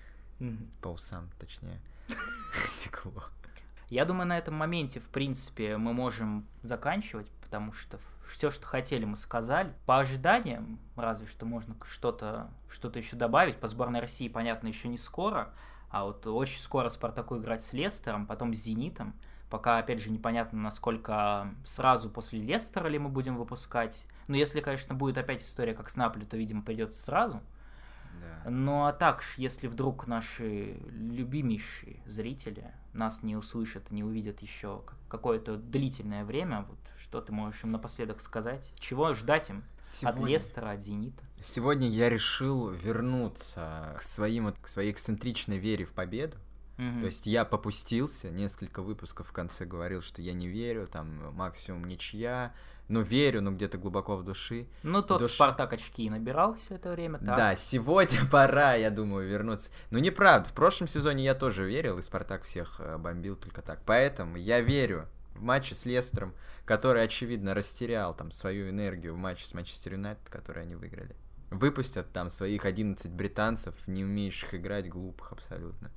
По усам, точнее. Текло. Я думаю, на этом моменте, в принципе, мы можем заканчивать, потому что все, что хотели, мы сказали. По ожиданиям, разве что можно что-то еще добавить. По сборной России, понятно, еще не скоро, а вот очень скоро Спартаку играть с Лестером, потом с Зенитом. Пока, опять же, непонятно, насколько сразу после Лестера ли мы будем выпускать. Но если, конечно, будет опять история как с Наполи, то, видимо, придется сразу. Да. Ну а так, если вдруг наши любимейшие зрители нас не услышат, не увидят еще какое-то длительное время, вот что ты можешь им напоследок сказать? Чего ждать им от Лестера, от Зенита? Сегодня я решил вернуться к своей эксцентричной вере в победу. То есть я попустился, несколько выпусков в конце говорил, что я не верю, там максимум ничья, но верю, но где-то глубоко в душе. Ну, тот Спартак очки и набирал все это время, так? Да, сегодня пора, я думаю, вернуться. Но неправда, в прошлом сезоне я тоже верил, и Спартак всех бомбил только так. Поэтому я верю в матче с Лестером, который, очевидно, растерял там свою энергию в матче с Манчестер Юнайтед, который они выиграли. Выпустят там своих 11 британцев, не умеющих играть, глупых абсолютно.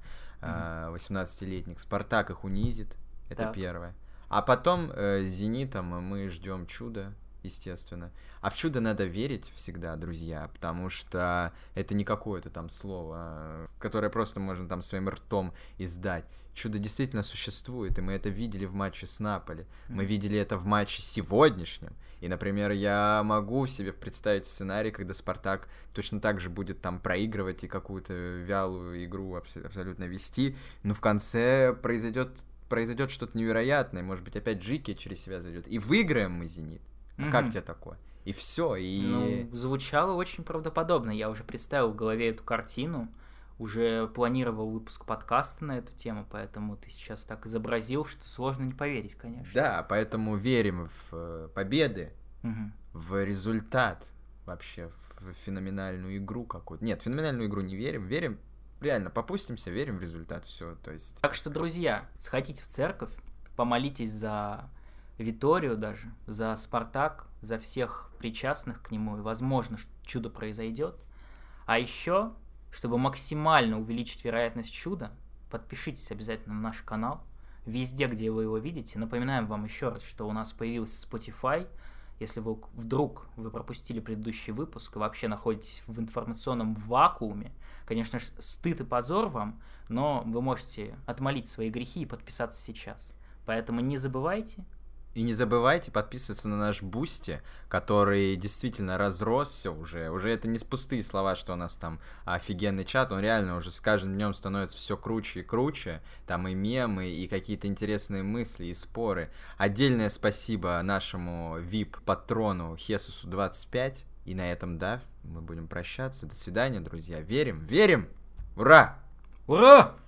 18-летних. Спартак их унизит, это первое. А потом с Зенитом мы ждем чуда, естественно. А в чудо надо верить всегда, друзья, потому что это не какое-то там слово, которое просто можно там своим ртом издать. Чудо действительно существует, и мы это видели в матче с Наполи. Мы видели это в матче сегодняшнем. И, например, я могу себе представить сценарий, когда Спартак точно так же будет там проигрывать и какую-то вялую игру абсолютно вести, но в конце произойдет что-то невероятное, может быть, опять Джики через себя зайдет, и выиграем мы Зенит. Как тебе такое? И все, и... Ну, звучало очень правдоподобно, я уже представил в голове эту картину, уже планировал выпуск подкаста на эту тему, поэтому ты сейчас так изобразил, что сложно не поверить, конечно. Да, поэтому верим в победы, в результат вообще, в феноменальную игру какую-то. Нет, в феноменальную игру не верим, реально попустимся, верим в результат, все, то есть... Так что, друзья, сходите в церковь, помолитесь за Виторию даже, за Спартак, за всех причастных к нему, и, возможно, чудо произойдет. А еще, чтобы максимально увеличить вероятность чуда, подпишитесь обязательно на наш канал, везде, где вы его видите. Напоминаем вам еще раз, что у нас появился Spotify. Если вы вдруг пропустили предыдущий выпуск и вообще находитесь в информационном вакууме, конечно же, стыд и позор вам, но вы можете отмолить свои грехи и подписаться сейчас. Поэтому не забывайте. И не забывайте подписываться на наш Бусти, который действительно разросся уже. Это не пустые слова, что у нас там офигенный чат, он реально уже с каждым днем становится все круче и круче. Там и мемы, и какие-то интересные мысли, и споры. Отдельное спасибо нашему VIP-патрону Хесусу25. И на этом, да, мы будем прощаться. До свидания, друзья. Верим! Ура! Ура!